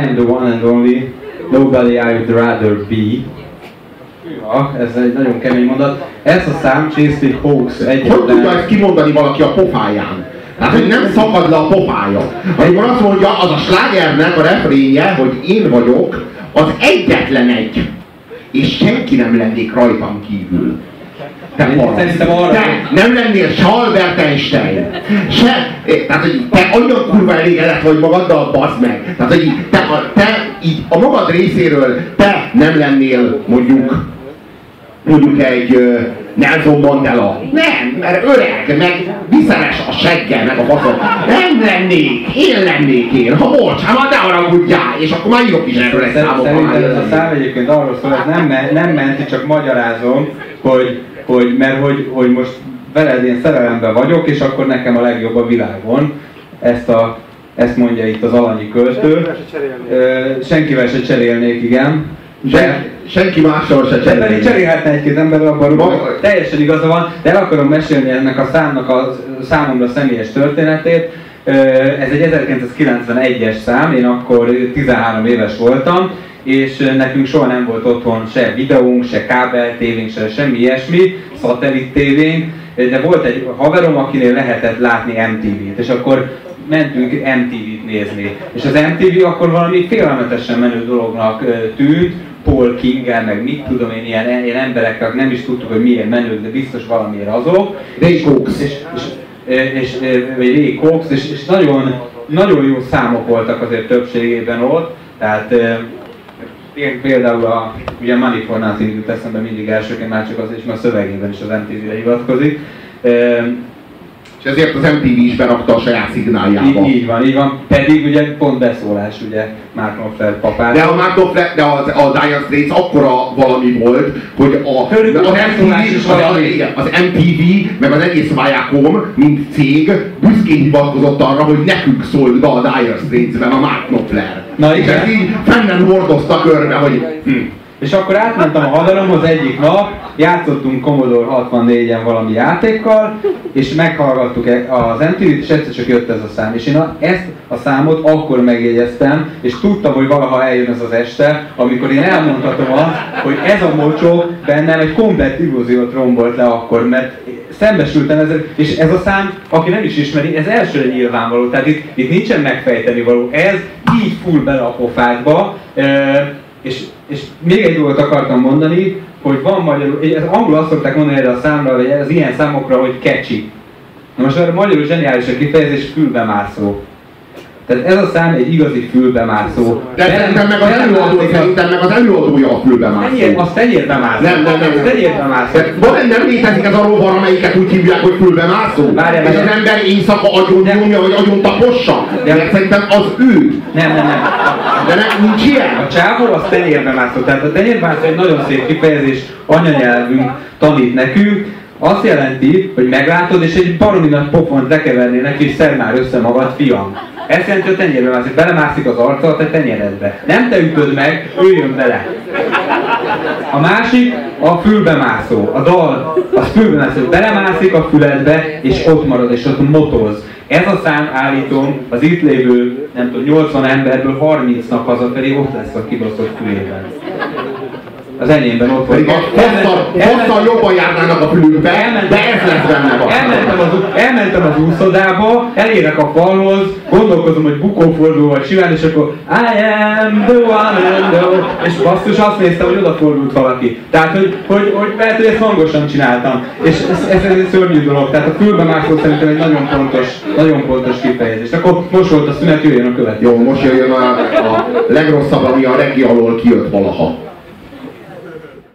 am the one and only, nobody I would rather be. Ez egy nagyon kemény mondat. Ez a szám Chelsea Hawks egyetlen... Hogy tudja ezt kimondani valaki a pofáján? Hát, hogy nem szakad le a pofája. Amikor azt mondja, az a slágernek a refrénje, hogy én vagyok az egyetlen egy, és senki nem lennék rajtam kívül. Te nem lennél se Albert Einstein, se... Tehát, hogy te olyan kurva elégedett vagy magaddal, bazd meg. Tehát, hogy te így a magad részéről te nem lennél mondjuk egy Nelson Mandela. Nem, mert öreg, meg viszeres a segge, meg a faszom. Nem lennék, én lennék én. Ha bocs, hát már ne haragudjál, és akkor már írok is erről egy számot. Szerintem ez a szám egyébként arról szól, ez nem menti, csak magyarázom, hogy most veled én szerelemben vagyok, és akkor nekem a legjobb a világon. Ezt mondja itt az alanyi költő. Senkivel se cserélnék, igen. Senki mással se cserélni. De pedig cserélhetne egy-két emberrel, abban teljesen igaza van, de el akarom mesélni ennek a számnak a számomra személyes történetét. Ez egy 1991-es szám, én akkor 13 éves voltam, és nekünk soha nem volt otthon se videónk, se kábel tévénk, se semmi ilyesmi, szatellit tévénk, de volt egy haverom, akinél lehetett látni MTV-t, és akkor mentünk MTV-t nézni. És az MTV akkor valami félelmetesen menő dolognak tűnt, Paul King-el, meg mit tudom én, ilyen emberekkel, nem is tudtuk, hogy miért menők, de biztos valamiért azok. Ray Cox. Ray Cox, és nagyon jó számok voltak azért többségében ott, tehát például ugye a Money for Nothing jut eszembe mindig elsőként, már csak az, és már a szövegében is az MTV-re hivatkozik. És ezért az MTV is berakta a saját szignáljába. Így van. Pedig ugye pont beszólás, ugye Mark Knopfler papát. De a Mark Knopfler, de a Dire Straits akkora valami volt, hogy az MTV, meg az egész Viacom, mint cég, büszkén hivatkozott arra, hogy nekünk szólt be a Dire Straits-ben a Mark Knopfler. Na, és ezt így fennen hordozta körbe, hogy És akkor átmentem a hadaromhoz egyik nap, játszottunk Commodore 64-en valami játékkal, és meghallgattuk az MTV-t, és egyszer csak jött ez a szám. És én ezt a számot akkor megjegyeztem, és tudtam, hogy valaha eljön ez az este, amikor én elmondhatom azt, hogy ez a mocsok bennem egy komplett illúziót rombolt le akkor, mert szembesültem ezzel, és ez a szám, aki nem is ismeri, ez elsőre nyilvánvaló, tehát itt nincsen megfejteni való, ez így full bele a pofádba. És még egy dolgot akartam mondani, hogy van magyarul, ez angolul azt szokták mondani erre a számra, vagy az ilyen számokra, hogy catchy. Na most arra magyarul zseniális a kifejezés, fülbemászó. Tehát ez a szám egy igazi fülbemászó. De szerintem meg az előadója a fülbemászó. Az tenyérbemászó. Nem. Tenyérbemászó. Nem létezik ez a rovar, amelyiket úgy hívják, hogy fülbemászó. És az ember éjszaka agyon nyomja, vagy agyon tapossa. De szerintem az ő. Nem. De nincs ilyen. A csávó az tenyérbemászó. Tehát a tenyérbemászó egy nagyon szép kifejezés, anyanyelvünk tanít nekünk. Azt jelenti, hogy meglátod, és egy baromi nagy pofont lekevernél neki, és szedd már össze magad, fiam. Ezt jelenti, hogy tenyérbe mászik, belemászik az arca a te tenyeredbe. Nem te ütöd meg, ő jön bele. A másik a fülbemászó. A dal az fülbemászó, belemászik a füledbe, és ott marad, és ott motoz. Ez a szám, állítom, az itt lévő, nem tudom, 80 emberből 30-nak hazafelé ott lesz a kibaszott fülében. Az enyémben ott volt. Hosszal jobban járnának a fülükbe, de ez lesz benne van. Elmentem az úszodába, elérek a falhoz, gondolkozom, hogy bukóforduló vagy simán, és akkor I am the one and the... És basszus, azt néztem, hogy odafordult valaki. Tehát, hogy lehet, hogy ezt hangosan csináltam. És ez egy szörnyű dolog. Tehát a fülbemászó szerintem egy nagyon pontos kifejezés. Akkor most volt a szünet, jöjjön a következő. Jó, most jöjjön a legrosszabb, ami a reggae alól kijött valaha.